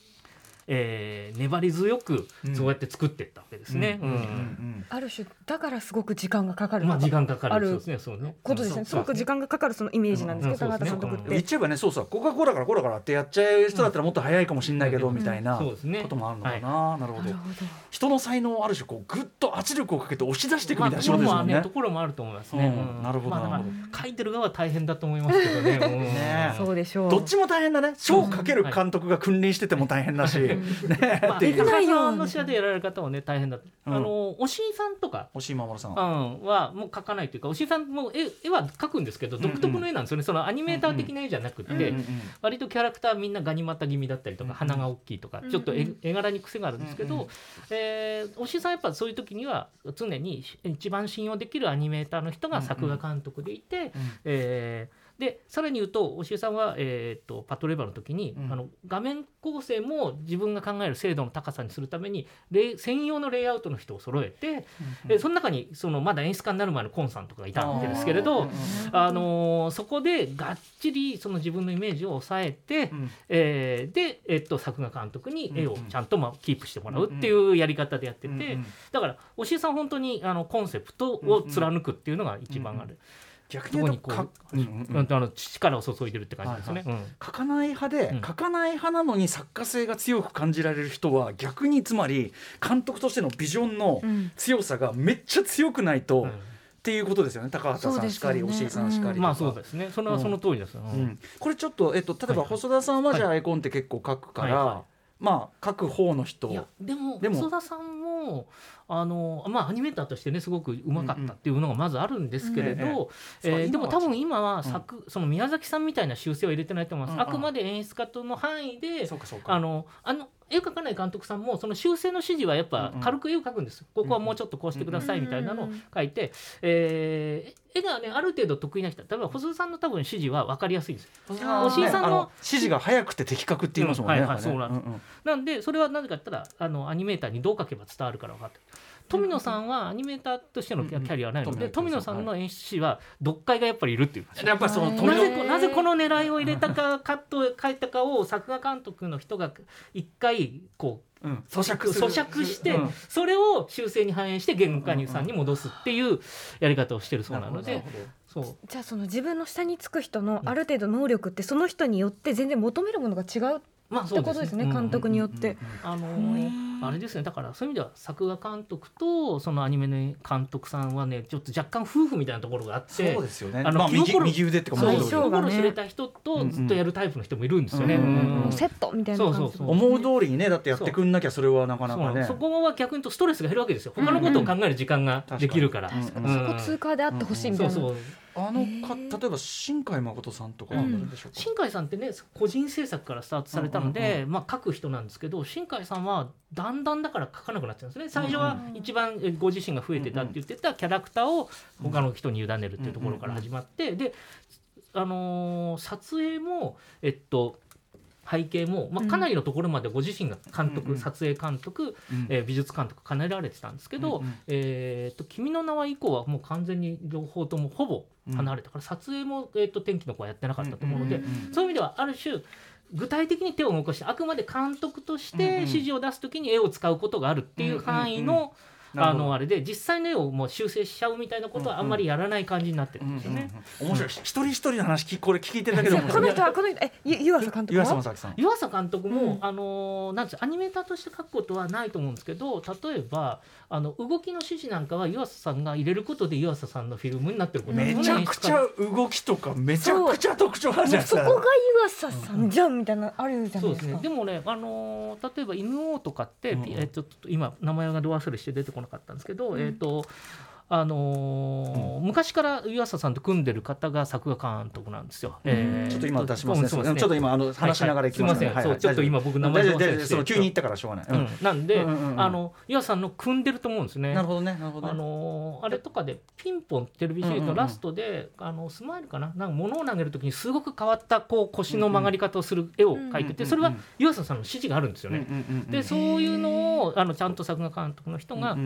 粘り強くそうやって作っていったわけですね。 ある種だからすごく時間がかかる、 時間かかるあるそうですね、そうねことですね。すごく時間がかかるそのイメージなんですけど、高畑監督って言っちゃえばね、そうここがこうだからこうだからってやっちゃう人だったらもっと早いかもしれないけど、みたいなこともあるのかな。なるほど。人の才能をある種こうぐっと圧力をかけて押し出していくみたいな仕事ですもんね。 ところもあると思いますね。 なるほど。 書いてる側は大変だと思いますけどね。 そうでしょう。 どっちも大変だね。書を書ける監督が君臨してても大変だし、ね。 できないよ。 の試合でやられる方はね大変だ。押井さんとか押井守さんはもう描かないというか、押井さんも絵は描くんですけど独特の絵なんですよね。そのアニメーター的な絵じゃなくて、割とキャラクターみんなガニ股気味だったりとか、鼻が大きいとかちょっと絵柄に癖があるんですけど、押井さんやっぱそういう時には常に一番信用できるアニメーターの人が作画監督でいて、でさらに言うと押井さんは、パトレーバーの時に、画面構成も自分が考える精度の高さにするために専用のレイアウトの人を揃えて、その中にまだ演出家になる前のコンさんとかがいたわけですけれど、そこでがっちりその自分のイメージを抑えて、で、作画監督に絵をちゃんとキープしてもらうっていうやり方でやってて、だから押井さん本当にコンセプトを貫くっていうのが一番ある。 逆に言うと力を注いでるって感じですね。 書かない派で、書かない派なのに作家性が強く感じられる人は逆につまり監督としてのビジョンの強さがめっちゃ強くないと、っていうことですよね。高畑さんしかり、押井さんしかり。 まあそうですね。それはその通りです。 これちょっと例えば細田さんはじゃあ絵コンって結構書くから。書く方の人。 いやでも細田さんもアニメーターとしてねすごくうまかったっていうのがまずあるんですけれど、でも多分今はその宮崎さんみたいな修正は入れてないと思います。あくまで演出家との範囲で絵を描かない監督さんもその修正の指示はやっぱ軽く絵を描くんです。ここはもうちょっとこうしてくださいみたいなのを書いて、絵がねある程度得意な人、例えば細田さんの多分指示は分かりやすいんですよ。 押井さんの指示が早くて的確って言いますもんね。 なんでそれはなぜかって言ったらアニメーターにどう書けば伝わるから分かってる。富野さんはアニメーターとしてのキャリアはないので、富野さんの演出師は読解がやっぱりいるっていう。 やっぱそのなぜこの狙いを入れたかカットを書いたかを作画監督の人が一回こう咀嚼して、それを修正に反映して原画家さんに戻すっていうやり方をしてるそうなので。 じゃあその自分の下につく人のある程度能力ってその人によって全然求めるものが違うってことですね、監督によって。 あれですね、だからそういう意味では作画監督とそのアニメの監督さんはねちょっと若干夫婦みたいなところがあって、 そうですよね。 右腕っていうか気心知れた人とずっとやるタイプの人もいるんですよね。 セットみたいな感じ。 思う通りにねだってやってくんなきゃそれはなかなかね。 そこは逆に言うとストレスが減るわけですよ。他のことを考える時間ができるから。 そこ通過であってほしいみたいな。 例えば新海誠さんとかどうなんでしょうか。 新海さんってね個人制作からスタートされたので、書く人なんですけど、新海さんはだんだんだから書かなくなっちゃうんですね。最初は一番ご自身が増えてたって言ってたキャラクターを他の人に委ねるっていうところから始まって、で撮影も背景も、かなりのところまでご自身が監督、撮影監督、美術監督兼ねられてたんですけど、君の名は以降はもう完全に両方ともほぼ離れたから、撮影も、天気の子はやってなかったと思うので、そういう意味ではある種具体的に手を動かしてあくまで監督として指示を出すときに絵を使うことがあるっていう範囲のあれで実際の絵をもう修正しちゃうみたいなことはあんまりやらない感じになってるんですよね。 面白い。一人一人の話これ聞いてるだけでもこの人は湯浅監督湯浅は正樹さん。 湯浅監督も、なんですアニメーターとして描くことはないと思うんですけど、例えば動きの指示なんかは湯浅さんが入れることで湯浅さんのフィルムになってることめちゃくちゃ動きとかめちゃくちゃ特徴あるじゃないですか。 そこが湯浅さんじゃんみたいなあるじゃないですか。 そうですね。でもね、例えば犬王とかって、ちょっと今名前がど忘れして出てこなかったんですけど、昔から湯浅さんと組んでる方が作画監督なんですよ。 ちょっと今出しますね。ちょっと今話しながら行きますね。 そう、ちょっと今僕名前忘れて急に言ったからしょうがない。 なんで湯浅さんの組んでると思うんですね。 なるほどね。なるほど。 あれとかでピンポンテレビシリーズのラストでスマイルかな、なんか物を投げるときにすごく変わったこう腰の曲がり方をする絵を描いてて、それは湯浅さんの指示があるんですよね。でそういうのをちゃんと作画監督の人が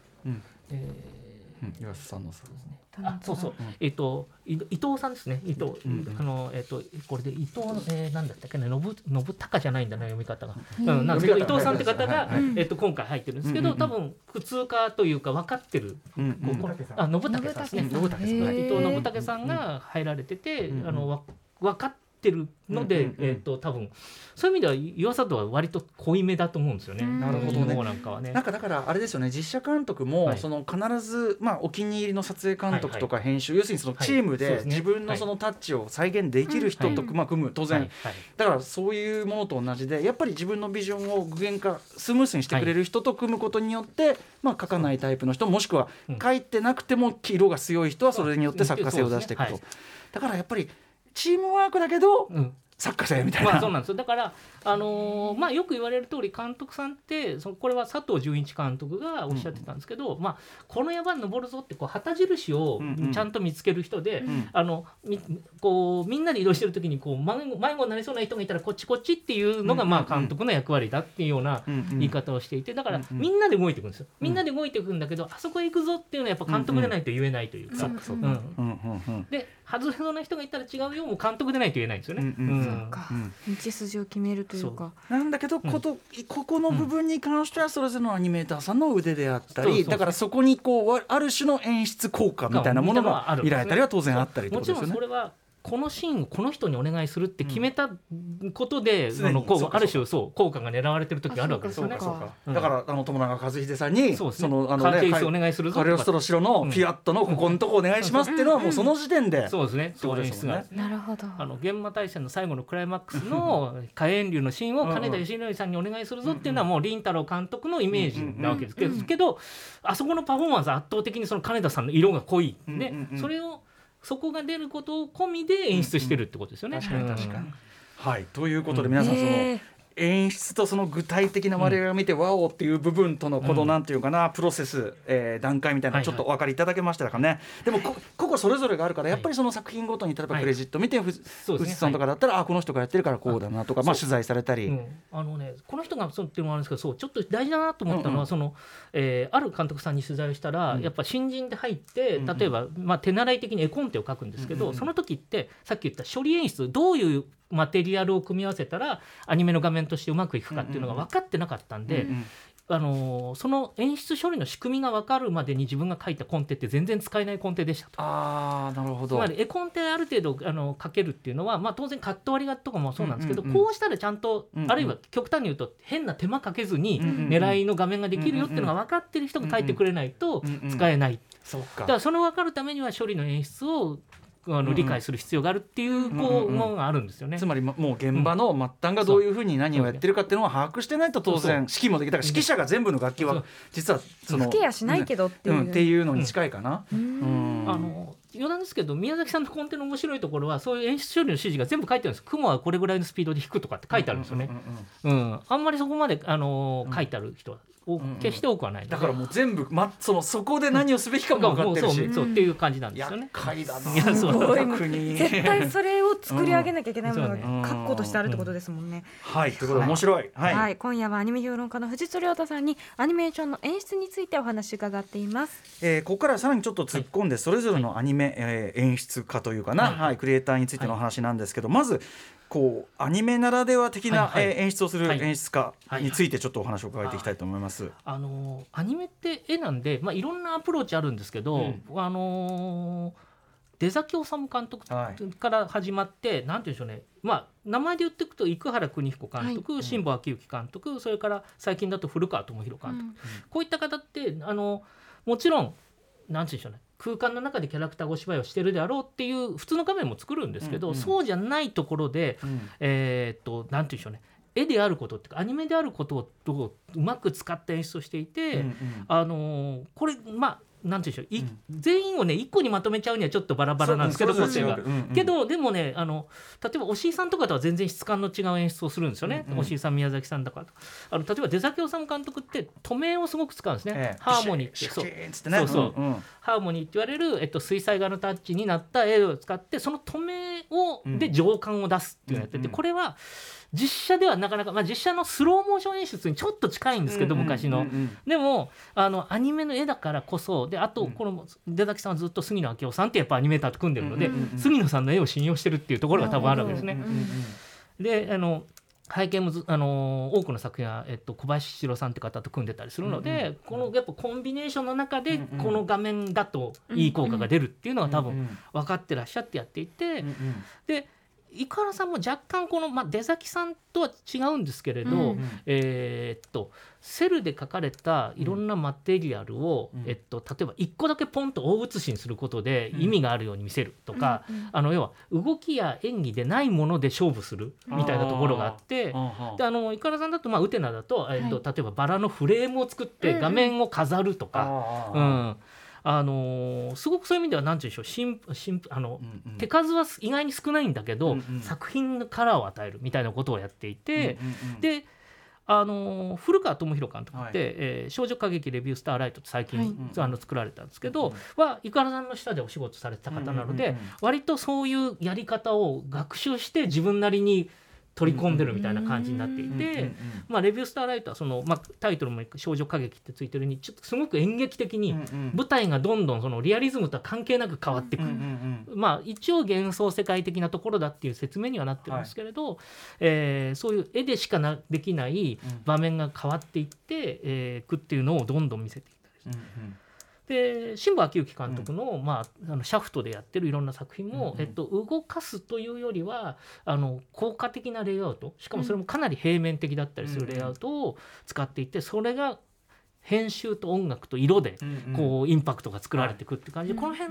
湯浅さんのそうですね。 そうそう、伊藤さんですね。伊藤、これで伊藤なんだったっけね、信孝じゃないんだな読み方が。なんですけど伊藤さんって方が今回入ってるんですけど、多分普通科というか分かってる信武さんですね。伊藤信武さんが入られてて分かってるので、多分そういう意味では湯浅とは割と濃いめだと思うんですよね。 なるほどね。 なんかはね。 だからあれですよね。実写監督もその必ずお気に入りの撮影監督とか編集、要するにそのチームで自分のそのタッチを再現できる人と組む、当然。だからそういうものと同じで、やっぱり自分のビジョンを具現化スムースにしてくれる人と組むことによって、描かないタイプの人、もしくは描いてなくても色が強い人はそれによって作家性を出していくと。だからやっぱりチームワークだけど作家性みたいな。 そうなんですよ。だからよく言われる通り監督さんってこれは佐藤純一監督がおっしゃってたんですけど、この山に登るぞって旗印をちゃんと見つける人で、みんなで移動してる時に迷子になりそうな人がいたらこっちっていうのが監督の役割だっていうような言い方をしていて、だからみんなで動いていくんですよ。みんなで動いていくんだけど、あそこへ行くぞっていうのはやっぱ監督でないと言えないというか、で外れそうな人がいたら違うよもう監督でないと言えないんですよね。 道筋を決めるというか。 なんだけどここの部分に関してはそれぞれのアニメーターさんの腕であったり、だからそこにある種の演出効果みたいなものが見られたりは当然あったりということですよね。 もちろんそれはこのシーンをこの人にお願いするって決めたことで、ある種効果が狙われてる時があるわけですよね。 だから友永和秀さんにカーケースお願いするぞとか、 カリオストロ白のフィアットのここのとこお願いしますっていうのはもうその時点でそうですね。そういう演出がなるほど。 幻魔大戦の最後のクライマックスの火炎竜のシーンを金田義則さんにお願いするぞっていうのはもう林太郎監督のイメージなわけですけど、あそこのパフォーマンス圧倒的にその金田さんの色が濃いで、そこが出ることを込みで演出してるってことですよね。 確かに。はい、ということで皆さんその演出とその具体的な我々が見てワオっていう部分とのこのなんていうかなプロセス、段階みたいなのちょっとお分かりいただけましたかね。でもここそれぞれがあるからやっぱりその作品ごとに例えばクレジット見て藤さんとかだったらこの人がやってるからこうだなとか取材されたり、 この人がそうっていうのもあるんですけど、ちょっと大事だなと思ったのはある監督さんに取材をしたらやっぱ新人で入って例えば手習い的に絵コンテを書くんですけど、その時ってさっき言った処理演出どういうマテリアルを組み合わせたらアニメの画面としてうまくいくかっていうのが分かってなかったんで、その演出処理の仕組みが分かるまでに自分が書いたコンテって全然使えないコンテでしたと。 なるほど。 つまり絵コンテある程度書けるっていうのは、当然カット割りがとかもそうなんですけど、こうしたらちゃんと、あるいは極端に言うと変な手間かけずに狙いの画面ができるよっていうのが分かってる人が書いてくれないと使えない。だからその分かるためには処理の演出を理解する必要があるっていうものがあるんですよね。つまりもう現場の末端がどういうふうに何をやってるかっていうのを把握してないと当然指揮もできたから指揮者が全部の楽器は実は吹けやしないけどっていうのに近いかな。 余談ですけど宮崎さんのコンテの面白いところはそういう演出処理の指示が全部書いてあるんです。雲はこれぐらいのスピードで弾くとかって書いてあるんですよね。あんまりそこまで書いてある人は決して多くはない。 だからもう全部、そこで何をすべきかも分かってるし、 そうっていう感じなんですよね。 厄介だな。 すごい絶対それを作り上げなきゃいけないものが確固としてあるってことですもんね。 はい、ということで面白い。 はい、今夜はアニメ評論家の藤津亮太さんにアニメーションの演出についてお話伺っています。 ここからさらにちょっと突っ込んでそれぞれのアニメ演出家というかな、クリエイターについての話なんですけど、まずこうアニメならでは的な、 はいはい演出をするはい演出家についてちょっとお話を伺っていきたいと思います。 アニメって絵なんで、いろんなアプローチあるんですけど、出崎治監督から始まって、なんていうんでしょうね、名前で言っていくと生原邦彦監督、新保昭之監督、それから最近だと古川智弘監督、こういった方ってもちろんなんていうんでしょうね、空間の中でキャラクターがお芝居をしてるであろうっていう普通の画面も作るんですけど、そうじゃないところで、なんていうんでしょうね、絵であることっていうかアニメであることをうまく使って演出をしていて、これなんていうんでしょう、全員をね一個にまとめちゃうにはちょっとバラバラなんですけど、個性が、けどでもね例えば押井さんとかとは全然質感の違う演出をするんですよね、押井さん宮崎さんだから例えば出崎治監督って止めをすごく使うんですね、ハーモニーってハーモニーって言われる、水彩画のタッチになった絵を使ってその止めで情感を出すっていうのをやってて、これは実写ではなかなか、実写のスローモーション演出にちょっと近いんですけど、昔のでもアニメの絵だからこそで、あとこの出崎さんはずっと杉野明夫さんってやっぱアニメーターと組んでるので、杉野さんの絵を信用してるっていうところが多分あるわけですね。で背景も多くの作品は、小林七郎さんって方と組んでたりするので、このやっぱコンビネーションの中でこの画面だといい効果が出るっていうのは多分分かってらっしゃってやっていて、で生原さんも若干この、出崎さんとは違うんですけれど、セルで描かれたいろんなマテリアルを、例えば1個だけポンと大写しにすることで意味があるように見せるとか、要は動きや演技でないもので勝負するみたいなところがあって、で生原さんだと、ウテナだと、例えばバラのフレームを作って画面を飾るとか。すごくそういう意味では何て言うんでしょう、手数は意外に少ないんだけど、作品のカラーを与えるみたいなことをやっていて、で古川智弘監督って、少女歌劇レビュースターライトって最近、作られたんですけど、生原さんの下でお仕事されてた方なので、割とそういうやり方を学習して自分なりに取り込んでるみたいな感じになっていて、レビュースターライトはその、タイトルも少女歌劇ってついてるようにちょっとすごく演劇的に舞台がどんどんそのリアリズムとは関係なく変わっていく、一応幻想世界的なところだっていう説明にはなってるんですけれど、そういう絵でしかできない場面が変わっていっていくっていうのをどんどん見せていったりする。で新保昭之監督の、シャフトでやってるいろんな作品も、動かすというよりは効果的なレイアウト、しかもそれもかなり平面的だったりするレイアウトを使っていて、それが編集と音楽と色でこうインパクトが作られていくって感じで、この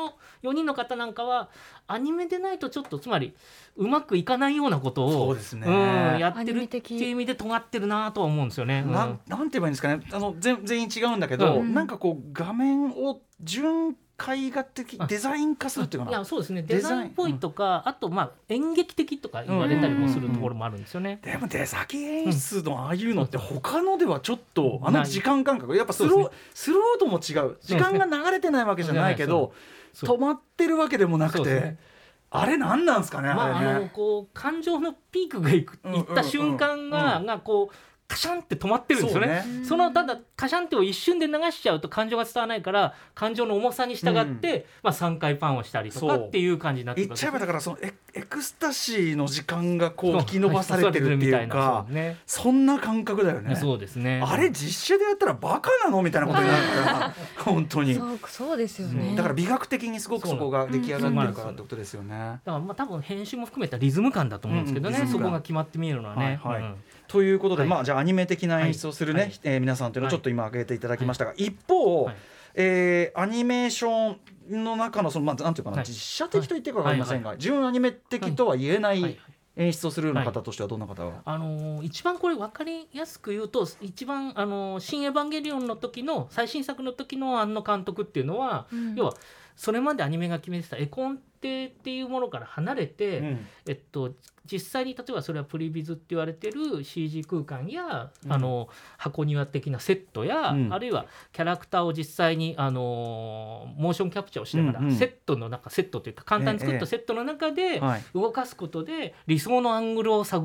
4人の方なんかはアニメでないとちょっとつまりうまくいかないようなことをやってるっていう意味で尖ってるなとは思うんですよね。 なんて言えばいいんですかね、全員違うんだけど、なんかこう画面を絵画的デザイン化するっていうかな、 いやそうですね、デザインっぽいとか、あと演劇的とか言われたりもするところもあるんですよね。 でも出先演出のああいうのって他のではちょっと時間感覚やっぱスロー度も違う、時間が流れてないわけじゃないけど止まってるわけでもなくて、あれ何なんですかね。 こう感情のピークがいった瞬間がこうカシャンって止まってるんですよね。そのただカシャンってを一瞬で流しちゃうと感情が伝わらないから、感情の重さに従って、3回パンをしたりとかっていう感じになってくる。 言っちゃえばだからそのエクスタシーの時間がこう引き伸ばされてるっていうか、そんな感覚だよね。 そうですね。 あれ実写でやったらバカなのみたいなことになるから本当にそうですよね。 だから美学的にすごくそこが出来上がってるからってことですよね。 だから多分編集も含めたリズム感だと思うんですけどね、そこが決まって見えるのはね。 ということで、じゃあアニメ的な演出をするね、皆さんというのをちょっと今挙げていただきましたが、一方、アニメーションの中のそのなんていうかな、実写的と言っていいか分かりませんが、純アニメ的とは言えない演出をするような方としてはどんな方が、 一番これ分かりやすく言うと、一番新エヴァンゲリオンの時の最新作の時の庵野監督っていうのは、要はそれまでアニメが決めてた絵コンテっていうものから離れて、実際に例えばそれはプリビズって言われてる CG 空間や、箱庭的なセットや、あるいはキャラクターを実際にモーションキャプチャーをしながら、セットというか簡単に作ったセットの中で動かすことで理想のアングルを探る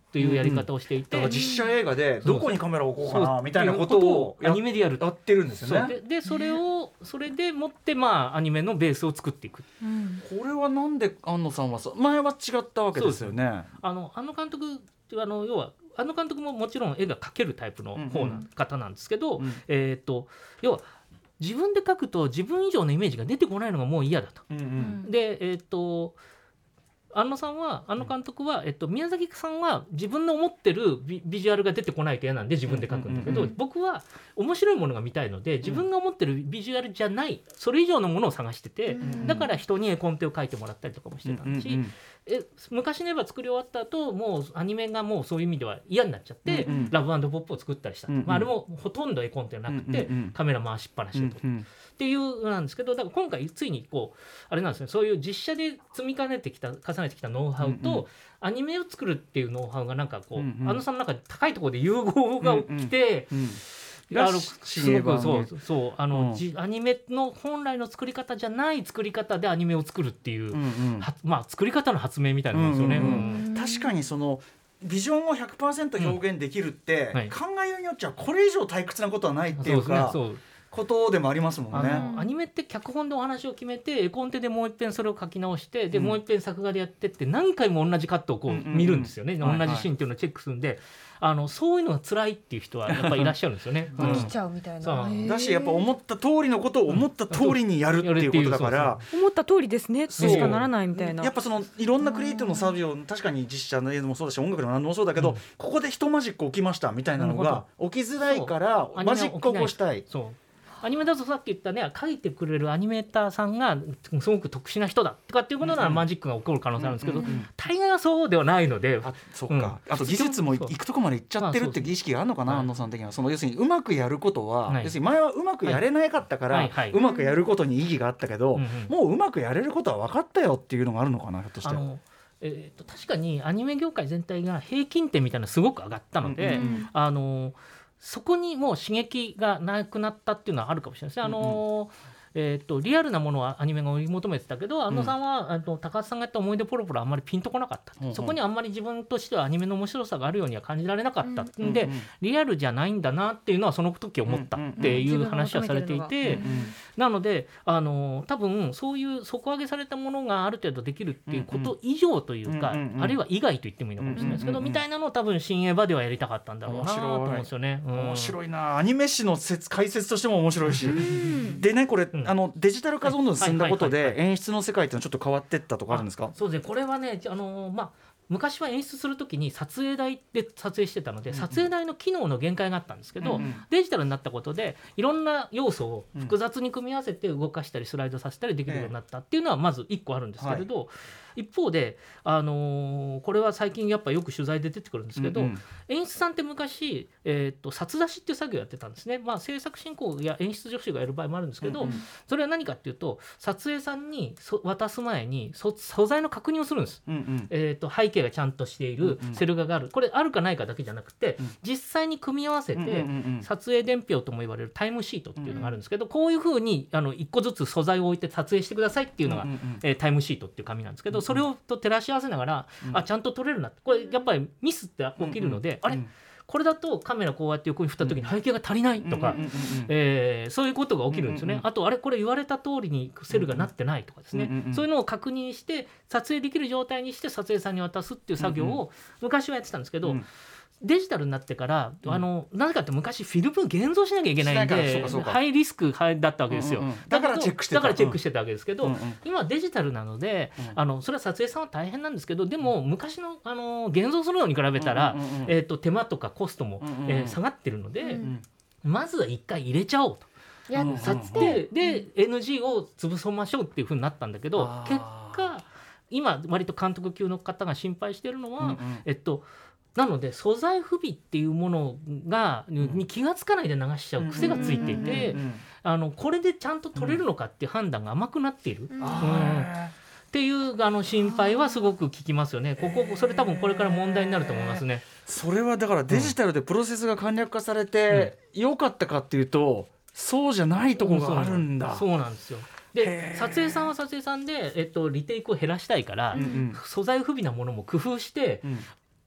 というやり方をしていて、 だから実写映画でどこにカメラを置こうかなみたいなことをアニメでやるやってるんですよね。 でそれでもってまあアニメのベースを作っていく、 これはなんで庵野さんは前は違ったわけですよね。 庵野監督って要は庵野監督ももちろん絵が描けるタイプの方なんですけど、要は自分で描くと自分以上のイメージが出てこないのがもう嫌だと。で庵野監督は、宮崎さんは自分の思ってるビジュアルが出てこないと嫌なんで自分で描くんだけど、僕は面白いものが見たいので自分が思ってるビジュアルじゃないそれ以上のものを探してて、だから人に絵コンテを描いてもらったりとかもしてたし、昔の絵は作り終わった後もうアニメがもうそういう意味では嫌になっちゃって、ラブ&ポップを作ったりした、あれもほとんど絵コンテなくて、カメラ回しっぱなしで撮る、っていうなんですけど、だから今回ついにこうあれなんですね、そういう実写で積み重ねてきたノウハウと、アニメを作るっていうノウハウがなんかこう、庵野さんの中で高いところで融合が起きて、すごくアニメの本来の作り方じゃない作り方でアニメを作るっていう、作り方の発明みたいなもんですよね。 確かにそのビジョンを 100% 表現できるって、考えようによっちゃこれ以上退屈なことはないっていうか、ことでもありますもんね。 アニメって脚本でお話を決めて絵コンテでもう一遍それを書き直して、でもう一遍作画でやってって何回も同じカットをこう見るんですよね、同じシーンっていうのをチェックするんで、そういうのが辛いっていう人はやっぱりいらっしゃるんですよね。 飽きちゃうみたいな。 だしやっぱ思った通りのことを思った通りにやるっていうことだから、 思った通りですねってしかならないみたいな。 やっぱそのいろんなクリエイティブの作業、確かに実写の映像もそうだし音楽の何でもそうだけど、ここで一マジック起きましたみたいなのが起きづらいからマジックを起こしたい。 アニメだとさっき言ったね、描いてくれるアニメーターさんがすごく特殊な人だとかっていうことならマジックが起こる可能性あるんですけど、大概はそうではないので、 あと技術もいくとこまでいっちゃってるっていう意識があるのかな、庵野さん的には。その要するにうまくやることは、要するに前はうまくやれなかったから、うまくやることに意義があったけど、もううまくやれることは分かったよっていうのがあるのかな、ひょっとして。 確かにアニメ業界全体が平均点みたいなのすごく上がったので、そこにもう刺激がなくなったっていうのはあるかもしれないですね。リアルなものはアニメが追い求めてたけど、庵野さんは高橋さんがやった思い出ポロポロあんまりピンとこなかった、そこにあんまり自分としてはアニメの面白さがあるようには感じられなかったんで、リアルじゃないんだなっていうのはその時思ったっていう話はされていて、なので多分そういう底上げされたものがある程度できるっていうこと以上というか、あるいは以外と言ってもいいのかもしれないですけど、みたいなのを多分新エヴァではやりたかったんだろうなと思うんですよね。 面白いな、アニメ史の解説としても面白いし、でねこれデジタル化どんどん進んだことで演出の世界ってのはちょっと変わってったとかあるんですか？ そうですね、これはね昔は演出するときに撮影台で撮影してたので、撮影台の機能の限界があったんですけど、デジタルになったことでいろんな要素を複雑に組み合わせて動かしたりスライドさせたりできるようになったっていうのはまず1個あるんですけれど、一方で、これは最近やっぱよく取材で出てくるんですけど、演出さんって昔、札出しっていう作業をやってたんですね。制作進行や演出助手がやる場合もあるんですけど、それは何かっていうと撮影さんに渡す前に素材の確認をするんです。背景がちゃんとしている、セル画がある、これあるかないかだけじゃなくて、実際に組み合わせて、撮影伝票とも言われるタイムシートっていうのがあるんですけど、こういうふうに1個ずつ素材を置いて撮影してくださいっていうのが、タイムシートっていう紙なんですけど、それをと照らし合わせながら、ちゃんと撮れるなって、これやっぱりミスって起きるので、あれこれだとカメラこうやって横に振った時に背景が足りないとか、そういうことが起きるんですよね。あとこれ言われた通りにセルがなってないとかですね、そういうのを確認して撮影できる状態にして撮影さんに渡すっていう作業を昔はやってたんですけど、デジタルになってから、なぜかって昔フィルム現像しなきゃいけないんでハイリスクだったわけですよ。 だからチェックしてたわけですけど、今デジタルなので、それは撮影さんは大変なんですけど、でも昔の現像するのに比べたら、手間とかコストも、下がってるので、まずは一回入れちゃおうと。で NG を潰そうましょうっていう風になったんだけど、結果今割と監督級の方が心配しているのは、なので素材不備っていうものに気がつかないで流しちゃう癖がついていて、これでちゃんと取れるのかっていう判断が甘くなっている、っていう心配はすごく聞きますよね。それ多分これから問題になると思いますね。 それはだからデジタルでプロセスが簡略化されて良かったかっていうと、そうじゃないところがあるんだ。 そうなんですよ。で撮影さんは撮影さんで、リテイクを減らしたいから、素材不備なものも工夫して、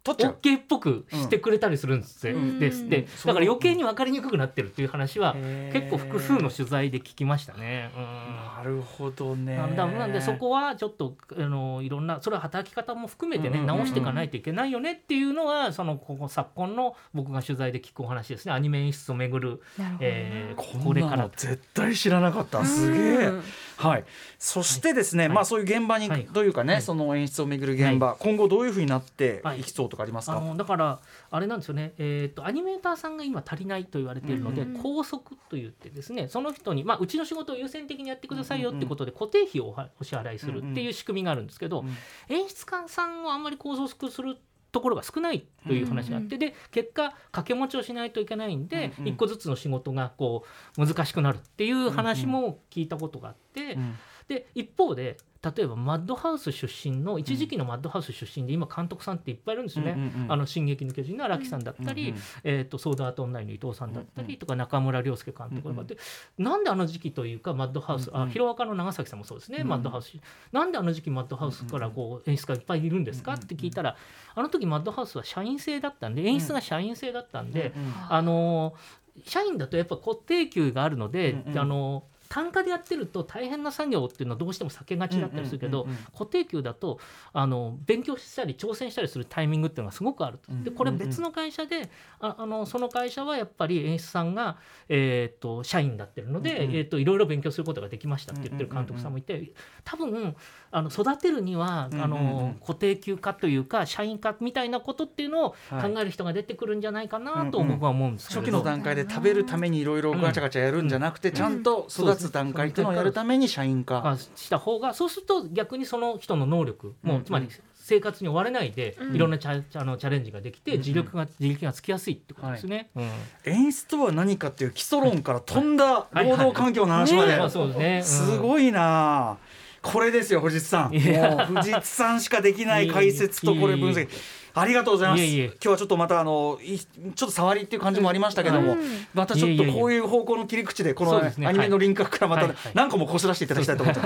取っちゃう OK っぽくしてくれたりするんですって、でだから余計に分かりにくくなってるっていう話は結構複数の取材で聞きましたね。 なるほどね。 なんでそこはちょっといろんなそれは働き方も含めてね、直していかないといけないよねっていうのはここ昨今の僕が取材で聞くお話ですね。アニメ演出をめぐる、 これから絶対知らなかった。すげえ。はい。そしてですね、そういう現場にというかね、その演出をめぐる現場、今後どういうふうになっていきそうとかありますか？ だからあれなんですよね、アニメーターさんが今足りないと言われているので、拘束といってですね、その人に、うちの仕事を優先的にやってくださいよってことで固定費をお支払いするっていう仕組みがあるんですけど、演出家さんをあんまり拘束するところが少ないという話があって、で結果掛け持ちをしないといけないんで、一個ずつの仕事がこう難しくなるっていう話も聞いたことがあって、で一方で例えばマッドハウス出身の一時期のマッドハウス出身で今監督さんっていっぱいいるんですよね。進撃の巨人の荒木さんだったり、ソードアートオンラインの伊藤さんだったりとか、中村良介監督があって、なんであの時期というかマッドハウス、ヒロアカの長崎さんもそうですね、マッドハウスなんであの時期マッドハウスからこう演出家いっぱいいるんですかって聞いたら、あの時マッドハウスは社員制だったんで、演出が社員制だったんで、社員だとやっぱ固定給があるので、単価でやってると大変な作業っていうのはどうしても避けがちだったりするけど、固定給だと勉強したり挑戦したりするタイミングっていうのがすごくあると。でこれ別の会社でその会社はやっぱり演出さんが、社員になってるので、いろいろ勉強することができましたって言ってる監督さんもいて、多分育てるには固定給化というか社員化みたいなことっていうのを考える人が出てくるんじゃないかなと僕は思うんですけど、 初期の段階で食べるためにいろいろガチャガチャやるんじゃなくて、ちゃんと育つ段階っていうのをやるために社員化した方が、そうすると逆にその人の能力も、つまり生活に追われないでいろんなチャレンジができて、自力がつきやすいってことですね。 演出とは何かっていう基礎論から飛んだ労働環境の話まで、すごいな。これですよ藤津さん、もう藤津さんしかできない解説とこれ分析ありがとうございます。今日はちょっとまたちょっと触りっていう感じもありましたけども、またちょっとこういう方向の切り口でこの、アニメの輪郭からまた、何個もこすらせていただきたいと思ってます。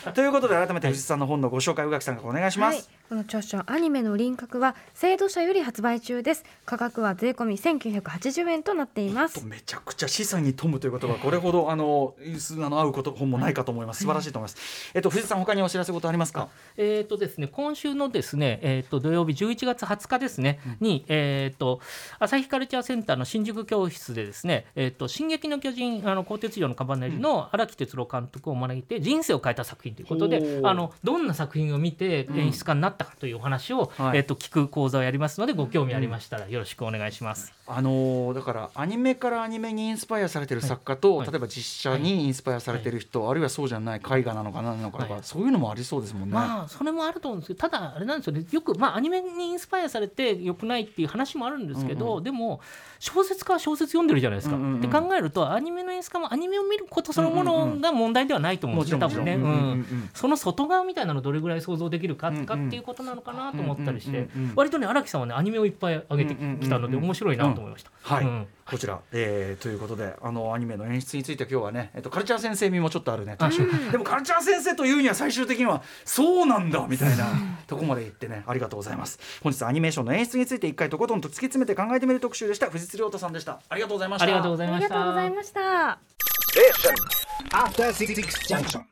ということで改めて藤津さんの本のご紹介、宇垣さんがお願いします。 この著書アニメの輪郭は制度社より発売中です。価格は税込み1980円となっています。 めちゃくちゃ資産に富むということがこれほど合う本もないかと思います。素晴らしいと思います。藤津さん他にお知らせ事ありますか？ ですね、今週のですね、土曜日11月20日ですね、に朝日カルチャーセンターの新宿教室でですね、進撃の巨人鋼鉄城のカバネリの荒木哲郎監督を招いて人生を変えた作品ということで、どんな作品を見て演出家になったかというお話を、聞く講座をやりますので、ご興味ありましたらよろしくお願いします。 だからアニメからアニメにインスパイアされてる作家と、例えば実写にインスパイアされてる人、あるいはそうじゃない絵画なのか何なのかとか、そういうのもありそうですもんね。 それもあると思うんですけど、ただあれなんですよね、よくアニメにインスパイアされてよくないっていう話もあるんですけど、でも小説家は小説読んでるじゃないですか、って考えるとアニメの演出家もアニメを見ることそのものが問題ではないと思うんですね、多分ね。その外側みたいなのどれぐらい想像できるかっていうことなのかなと思ったりして、割とね荒木さんはねアニメをいっぱい上げてきたので面白いなと思いました。 こちら、ということでアニメの演出について今日はね、カルチャー先生味もちょっとあるね、でもカルチャー先生というには最終的にはそうなんだみたいなとこまで言ってね、ありがとうございます。本日アニメーションの演出について一回とことんと突き詰めて考えてみる特集でした。藤津亮太さんでした。ありがとうございました。 ありがとうございました。 ありがとうございました。